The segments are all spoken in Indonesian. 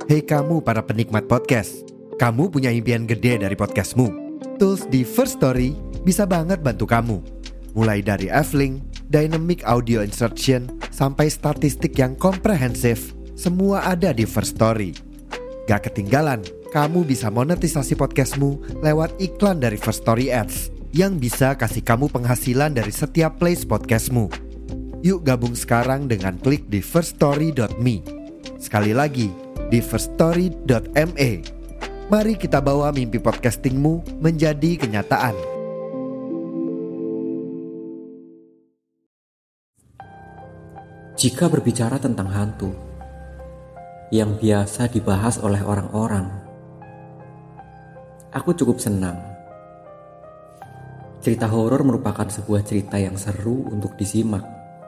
Hei kamu para penikmat podcast, kamu punya impian gede dari podcastmu. Tools di First Story bisa banget bantu kamu. Mulai dari F-Link, Dynamic Audio Insertion, sampai statistik yang komprehensif, semua ada di First Story. Gak ketinggalan, kamu bisa monetisasi podcastmu lewat iklan dari First Story Ads yang bisa kasih kamu penghasilan dari setiap plays podcastmu. Yuk gabung sekarang dengan klik di firststory.me. Sekali lagi, di firststory.me. Mari kita bawa mimpi podcastingmu menjadi kenyataan. Jika berbicara tentang hantu yang biasa dibahas oleh orang-orang, aku cukup senang. Cerita horor merupakan sebuah cerita yang seru untuk disimak.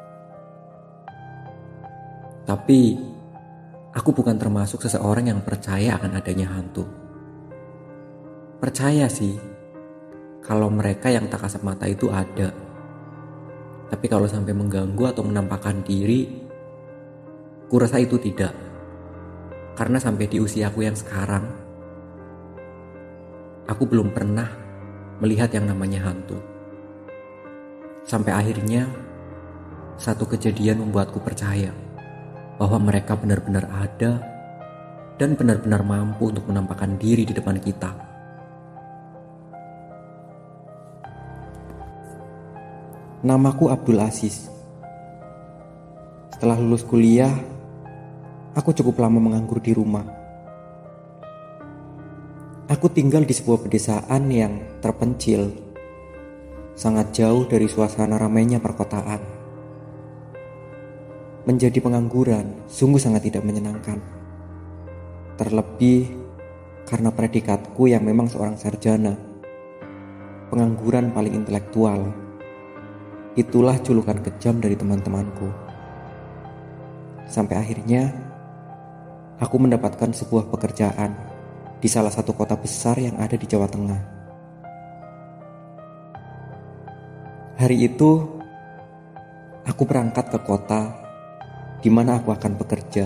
Tapi aku bukan termasuk seseorang yang percaya akan adanya hantu. Percaya sih kalau mereka yang tak kasat mata itu ada. Tapi kalau sampai mengganggu atau menampakkan diri, kurasa itu tidak. Karena sampai di usiaku yang sekarang, aku belum pernah melihat yang namanya hantu. Sampai akhirnya satu kejadian membuatku percaya bahwa mereka benar-benar ada dan benar-benar mampu untuk menampakkan diri di depan kita. Namaku Abdul Aziz. Setelah lulus kuliah, aku cukup lama menganggur di rumah. Aku tinggal di sebuah pedesaan yang terpencil, sangat jauh dari suasana ramainya perkotaan. Menjadi pengangguran sungguh sangat tidak menyenangkan. Terlebih karena predikatku yang memang seorang sarjana. Pengangguran paling intelektual. Itulah julukan kejam dari teman-temanku. Sampai akhirnya aku mendapatkan sebuah pekerjaan di salah satu kota besar yang ada di Jawa Tengah. Hari itu aku berangkat ke kota di mana aku akan bekerja.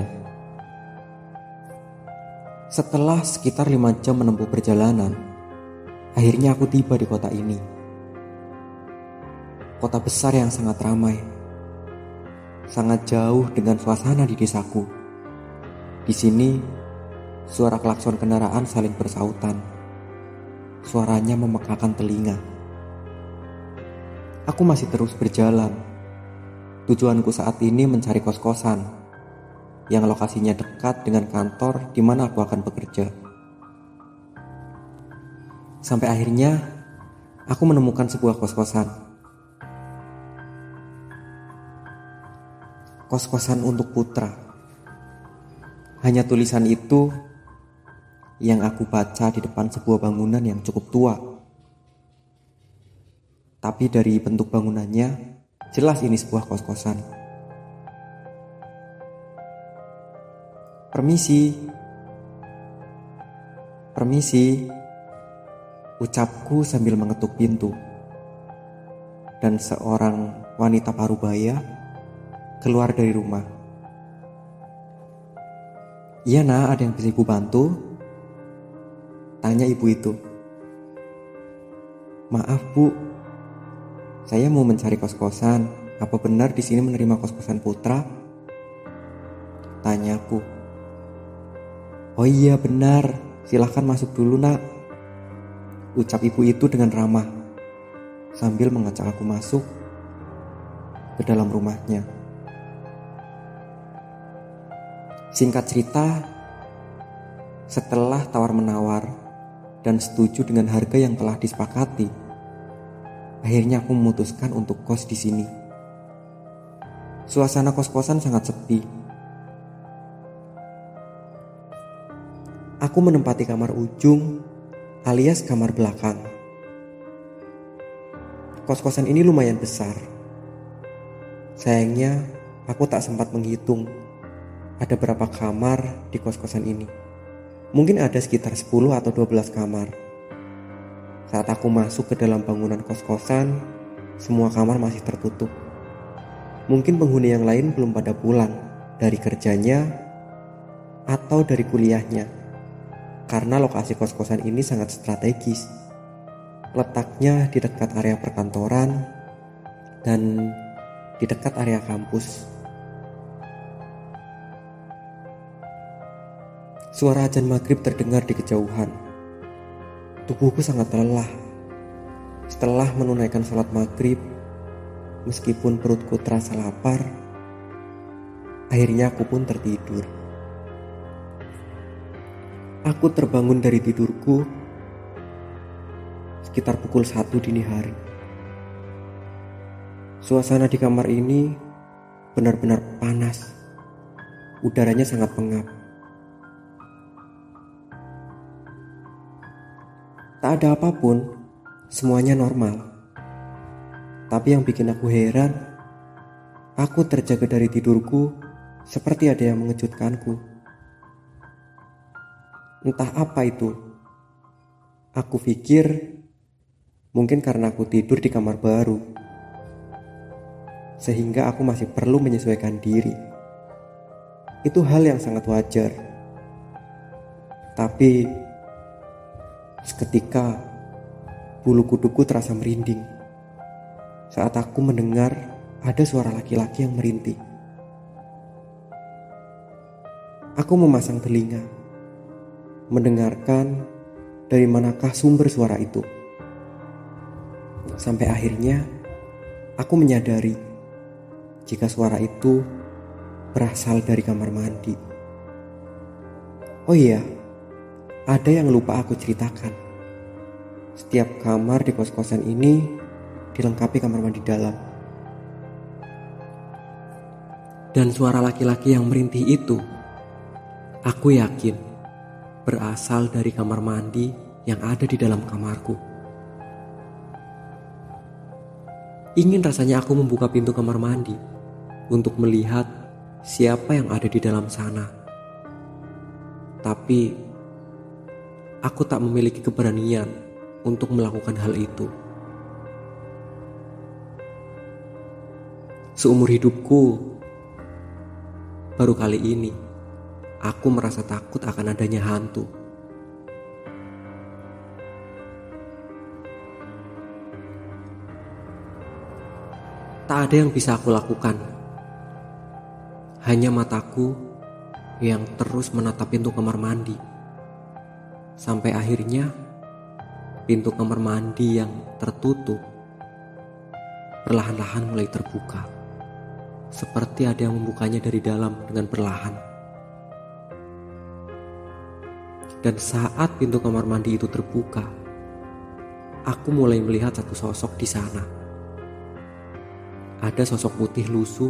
Setelah sekitar 5 jam menempuh perjalanan, akhirnya aku tiba di kota ini. Kota besar yang sangat ramai, sangat jauh dengan suasana di desaku. Di sini, suara klakson kendaraan saling bersautan. Suaranya memekakan telinga. Aku masih terus berjalan. Tujuanku saat ini mencari kos-kosan yang lokasinya dekat dengan kantor di mana aku akan bekerja. Sampai akhirnya aku menemukan sebuah kos-kosan. Kos-kosan untuk putra. Hanya tulisan itu yang aku baca di depan sebuah bangunan yang cukup tua. Tapi dari bentuk bangunannya, jelas ini sebuah kos-kosan. Permisi. Permisi. Ucapku sambil mengetuk pintu. Dan seorang wanita parubaya keluar dari rumah. Iya nak, ada yang bisa ibu bantu? Tanya ibu itu. Maaf bu, saya mau mencari kos-kosan. Apa benar di sini menerima kos-kosan putra? Tanyaku. Oh iya benar, silahkan masuk dulu nak. Ucap ibu itu dengan ramah sambil mengajak aku masuk ke dalam rumahnya. Singkat cerita, setelah tawar-menawar dan setuju dengan harga yang telah disepakati, akhirnya aku memutuskan untuk kos di sini. Suasana kos-kosan sangat sepi. Aku menempati kamar ujung alias kamar belakang. Kos-kosan ini lumayan besar. Sayangnya, aku tak sempat menghitung ada berapa kamar di kos-kosan ini. Mungkin ada sekitar 10 atau 12 kamar. Saat aku masuk ke dalam bangunan kos-kosan, semua kamar masih tertutup. Mungkin penghuni yang lain belum pada pulang dari kerjanya atau dari kuliahnya, karena lokasi kos-kosan ini sangat strategis. Letaknya di dekat area perkantoran dan di dekat area kampus. Suara azan maghrib terdengar di kejauhan. Tubuhku sangat lelah. Setelah menunaikan sholat maghrib, meskipun perutku terasa lapar, akhirnya aku pun tertidur. Aku terbangun dari tidurku sekitar pukul 1 dini hari. Suasana di kamar ini benar-benar panas. Udaranya sangat pengap. Tak ada apapun, semuanya normal. Tapi yang bikin aku heran, aku terjaga dari tidurku seperti ada yang mengejutkanku. Entah apa itu. Aku pikir mungkin karena aku tidur di kamar baru, sehingga aku masih perlu menyesuaikan diri. Itu hal yang sangat wajar. Tapi seketika bulu kuduku terasa merinding saat aku mendengar ada suara laki-laki yang merintih. Aku memasang telinga, mendengarkan dari manakah sumber suara itu. Sampai akhirnya aku menyadari jika suara itu berasal dari kamar mandi. Oh iya, ada yang lupa aku ceritakan. Setiap kamar di kos-kosan ini dilengkapi kamar mandi dalam. Dan suara laki-laki yang merintih itu, aku yakin berasal dari kamar mandi yang ada di dalam kamarku. Ingin rasanya aku membuka pintu kamar mandi untuk melihat siapa yang ada di dalam sana. Tapi aku tak memiliki keberanian untuk melakukan hal itu. Seumur hidupku, baru kali ini aku merasa takut akan adanya hantu. Tak ada yang bisa aku lakukan. Hanya mataku yang terus menatap pintu kamar mandi. Sampai akhirnya pintu kamar mandi yang tertutup perlahan-lahan mulai terbuka. Seperti ada yang membukanya dari dalam dengan perlahan. Dan saat pintu kamar mandi itu terbuka, aku mulai melihat satu sosok di sana. Ada sosok putih lusuh.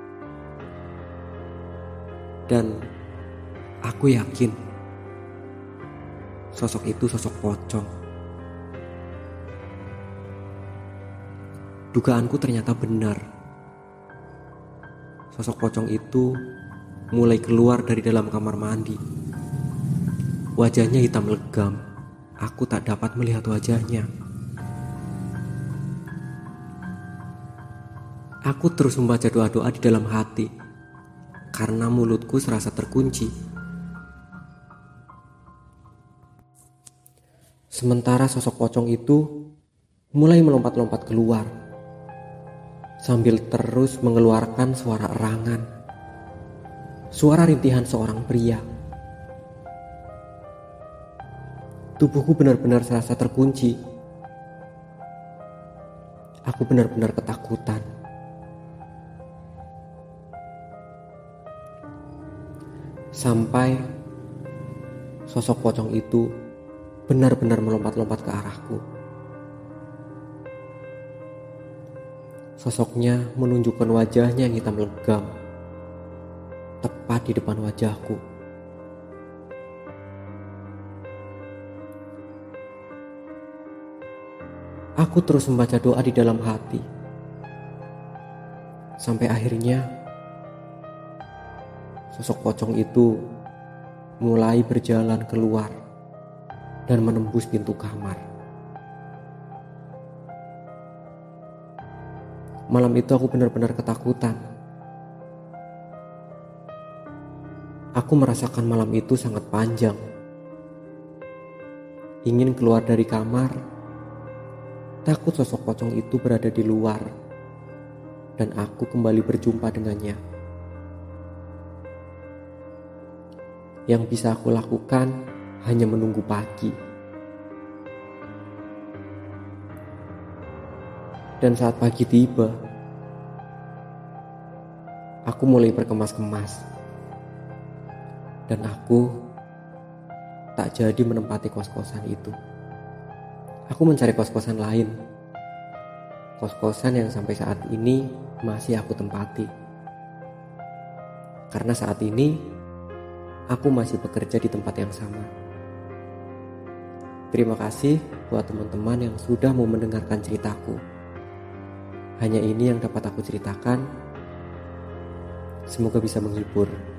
Dan aku yakin sosok itu sosok pocong. Dugaanku ternyata benar. Sosok pocong itu mulai keluar dari dalam kamar mandi. Wajahnya hitam legam. Aku tak dapat melihat wajahnya. Aku terus membaca doa-doa di dalam hati karena mulutku serasa terkunci. Sementara sosok pocong itu mulai melompat-lompat keluar sambil terus mengeluarkan suara erangan. Suara rintihan seorang pria. Tubuhku benar-benar serasa terkunci. Aku benar-benar ketakutan. Sampai sosok pocong itu benar-benar melompat-lompat ke arahku. Sosoknya menunjukkan wajahnya yang hitam legam, tepat di depan wajahku. Aku terus membaca doa di dalam hati. Sampai akhirnya sosok pocong itu mulai berjalan keluar dan menembus pintu kamar. Malam itu aku benar-benar ketakutan. Aku merasakan malam itu sangat panjang. Ingin keluar dari kamar, takut sosok pocong itu berada di luar, dan aku kembali berjumpa dengannya. Yang bisa aku lakukan hanya menunggu pagi. Dan saat pagi tiba, aku mulai berkemas-kemas. Dan aku tak jadi menempati kos-kosan itu. Aku mencari kos-kosan lain. Kos-kosan yang sampai saat ini masih aku tempati. Karena saat ini aku masih bekerja di tempat yang sama. Terima kasih buat teman-teman yang sudah mau mendengarkan ceritaku. Hanya ini yang dapat aku ceritakan. Semoga bisa menghibur.